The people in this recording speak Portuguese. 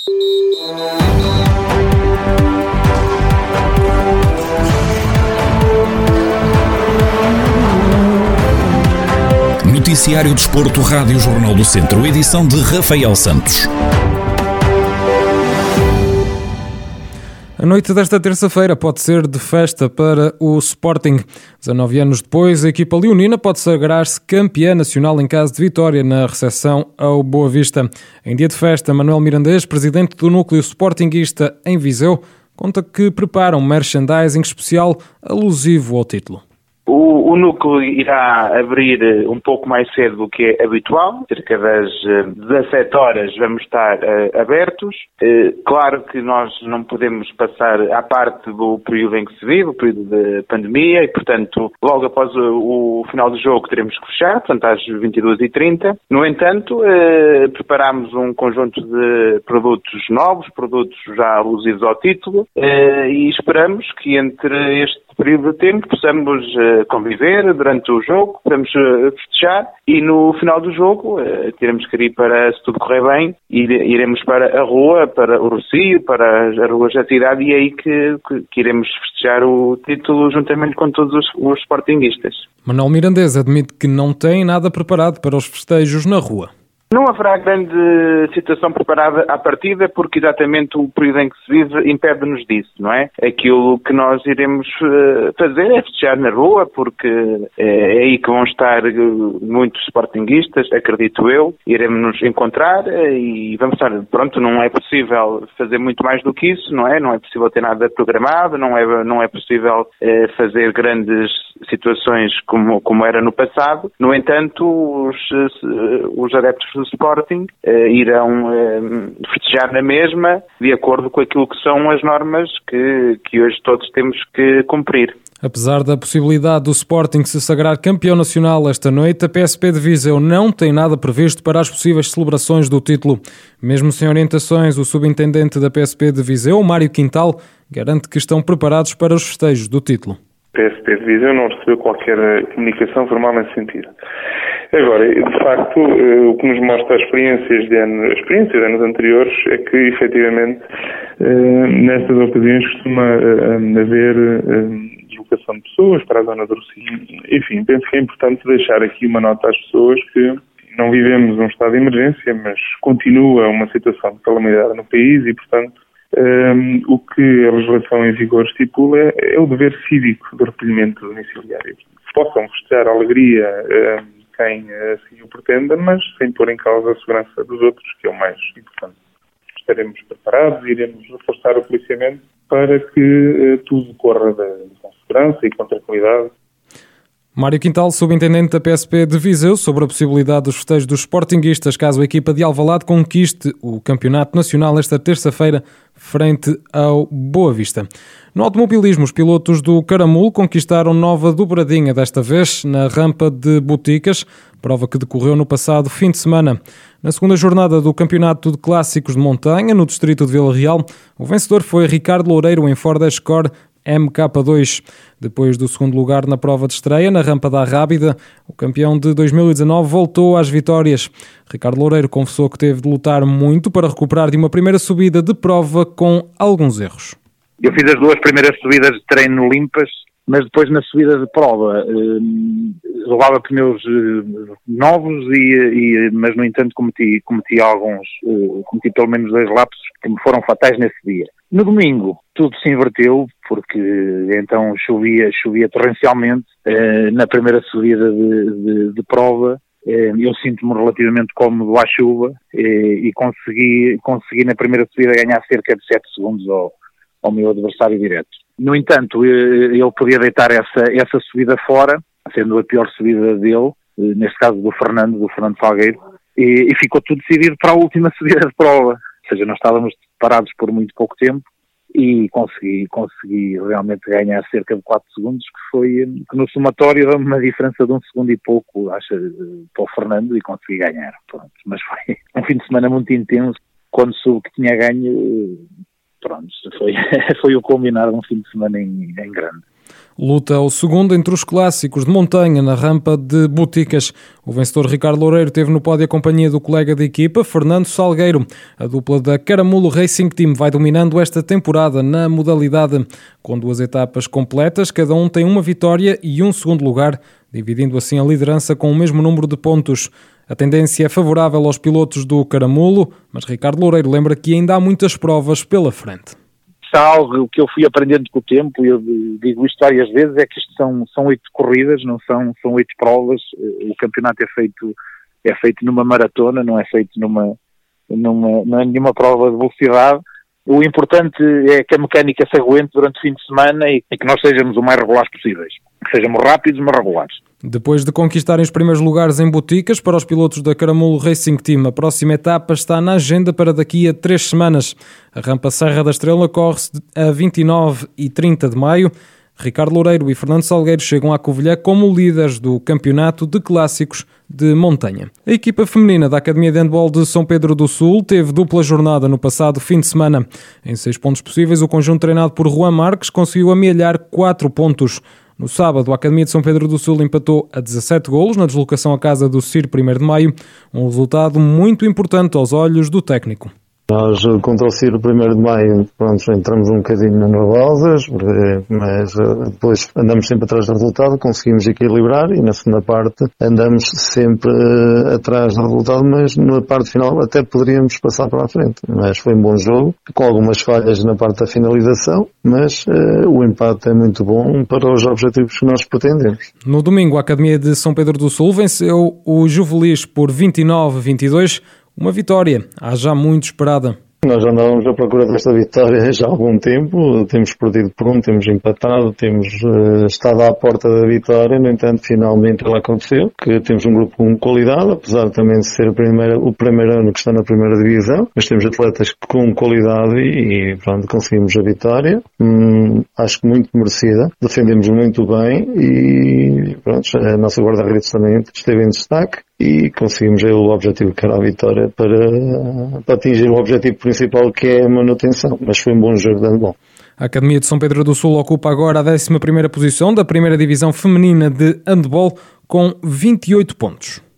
Noticiário Desporto, Rádio Jornal do Centro, edição de Rafael Santos. A noite desta terça-feira pode ser de festa para o Sporting. 19 anos depois, a equipa leonina pode sagrar-se campeã nacional em caso de vitória na recepção ao Boa Vista. Em dia de festa, Manuel Mirandês, presidente do núcleo sportinguista em Viseu, conta que prepara um merchandising especial alusivo ao título. O núcleo irá abrir um pouco mais cedo do que é habitual, cerca das 17 horas vamos estar abertos. Claro que nós não podemos passar à parte do período em que se vive, o período de pandemia, e portanto logo após o final do jogo teremos que fechar, portanto às 22h30. No entanto, preparamos um conjunto de produtos novos, produtos já alusivos ao título, e esperamos que entre este período de tempo possamos conviver durante o jogo, podemos festejar e no final do jogo teremos que ir para, se tudo correr bem, iremos para a rua, para o Rocio, para as ruas da cidade, e é aí que iremos festejar o título juntamente com todos os sportinguistas. Manuel Mirandês admite que não tem nada preparado para os festejos na rua. Não haverá grande situação preparada à partida, porque exatamente o período em que se vive impede-nos disso, não é? Aquilo que nós iremos fazer é festejar na rua, porque é aí que vão estar muitos sportinguistas, acredito eu. Iremos nos encontrar e vamos estar, pronto, não é possível fazer muito mais do que isso, não é? Não é possível ter nada programado, não é possível fazer grandes situações como era no passado. No entanto, os adeptos do Sporting irão festejar na mesma, de acordo com aquilo que são as normas que hoje todos temos que cumprir. Apesar da possibilidade do Sporting se sagrar campeão nacional esta noite, a PSP de Viseu não tem nada previsto para as possíveis celebrações do título. Mesmo sem orientações, o subintendente da PSP de Viseu, Mário Quintal, garante que estão preparados para os festejos do título. A PSP de Viseu não recebeu qualquer comunicação formal nesse sentido. Agora, de facto, o que nos mostra as experiências de anos anteriores é que, efetivamente, nestas ocasiões costuma haver deslocação de pessoas para a zona do Rocio. Enfim, penso que é importante deixar aqui uma nota às pessoas que não vivemos um estado de emergência, mas continua uma situação de calamidade no país e, portanto, o que a legislação em vigor estipula é o dever cívico do recolhimento domiciliário. Possam festejar a alegria quem assim o pretenda, mas sem pôr em causa a segurança dos outros, que é o mais importante. Estaremos preparados e iremos reforçar o policiamento para que tudo corra com segurança e com tranquilidade. Mário Quintal, subintendente da PSP de Viseu, sobre a possibilidade dos festejos dos sportinguistas caso a equipa de Alvalade conquiste o Campeonato Nacional esta terça-feira frente ao Boa Vista. No automobilismo, os pilotos do Caramulo conquistaram nova dobradinha, desta vez na rampa de Boticas, prova que decorreu no passado fim de semana. Na segunda jornada do Campeonato de Clássicos de Montanha, no distrito de Vila Real, o vencedor foi Ricardo Loureiro em Ford Escort MK2. Depois do segundo lugar na prova de estreia, na rampa da Rábida, o campeão de 2019 voltou às vitórias. Ricardo Loureiro confessou que teve de lutar muito para recuperar de uma primeira subida de prova com alguns erros. Eu fiz as duas primeiras subidas de treino limpas, mas depois na subida de prova levava pneus novos, mas no entanto cometi pelo menos 2 lapsos que me foram fatais nesse dia. No domingo tudo se inverteu, porque então chovia torrencialmente. Na primeira subida de prova eu sinto-me relativamente cómodo à chuva e consegui na primeira subida ganhar cerca de 7 segundos ao meu adversário direto. No entanto, ele podia deitar essa subida fora, sendo a pior subida dele, neste caso do Fernando Salgueiro, e ficou tudo decidido para a última subida de prova. Ou seja, nós estávamos parados por muito pouco tempo e consegui realmente ganhar cerca de 4 segundos, que no somatório dá uma diferença de 1 segundo e pouco, acho, para o Fernando, e consegui ganhar. Pronto. Mas foi um fim de semana muito intenso. Quando soube que tinha ganho, pronto, foi o culminar de um fim de semana em grande. Luta ao segundo entre os clássicos de montanha na rampa de Boticas. O vencedor Ricardo Loureiro teve no pódio a companhia do colega de equipa, Fernando Salgueiro. A dupla da Caramulo Racing Team vai dominando esta temporada na modalidade. Com 2 etapas completas, cada um tem uma vitória e um segundo lugar, dividindo assim a liderança com o mesmo número de pontos. A tendência é favorável aos pilotos do Caramulo, mas Ricardo Loureiro lembra que ainda há muitas provas pela frente. Algo que eu fui aprendendo com o tempo, e eu digo isto várias vezes, é que isto são 8 corridas, não são 8 provas. O campeonato é feito numa maratona, não é feito não é nenhuma prova de velocidade. O importante é que a mecânica se aguente durante o fim de semana e que nós sejamos o mais regulares possíveis. Que sejamos rápidos, mas regulares. Depois de conquistarem os primeiros lugares em Boticas, para os pilotos da Caramulo Racing Team, a próxima etapa está na agenda para daqui a 3 semanas. A rampa Serra da Estrela corre-se a 29 e 30 de maio. Ricardo Loureiro e Fernando Salgueiro chegam à Covilhã como líderes do campeonato de clássicos de montanha. A equipa feminina da Academia de Handball de São Pedro do Sul teve dupla jornada no passado fim de semana. Em 6 pontos possíveis, o conjunto treinado por Juan Marques conseguiu amealhar 4 pontos. No sábado, a Academia de São Pedro do Sul empatou a 17 golos na deslocação à casa do CIR 1º de maio, um resultado muito importante aos olhos do técnico. Nós, contra o CIR 1º de maio, entramos um bocadinho nas nervosas, mas depois andamos sempre atrás do resultado, conseguimos equilibrar e na segunda parte andamos sempre atrás do resultado, mas na parte final até poderíamos passar para a frente. Mas foi um bom jogo, com algumas falhas na parte da finalização, mas o empate é muito bom para os objetivos que nós pretendemos. No domingo, a Academia de São Pedro do Sul venceu o Juvelis por 29-22, uma vitória, há já muito esperada. Nós andávamos à procura desta vitória já há algum tempo, temos perdido por um, temos empatado, temos estado à porta da vitória, no entanto, finalmente ela aconteceu, que temos um grupo com qualidade, apesar também de ser o primeiro ano que está na primeira divisão, mas temos atletas com qualidade e pronto, conseguimos a vitória, acho que muito merecida, defendemos muito bem e pronto, a nossa guarda-redes também esteve em destaque. E conseguimos o objetivo que era a vitória para atingir o objetivo principal, que é a manutenção, mas foi um bom jogo de handball. A Academia de São Pedro do Sul ocupa agora a 11ª posição da primeira divisão feminina de handball com 28 pontos.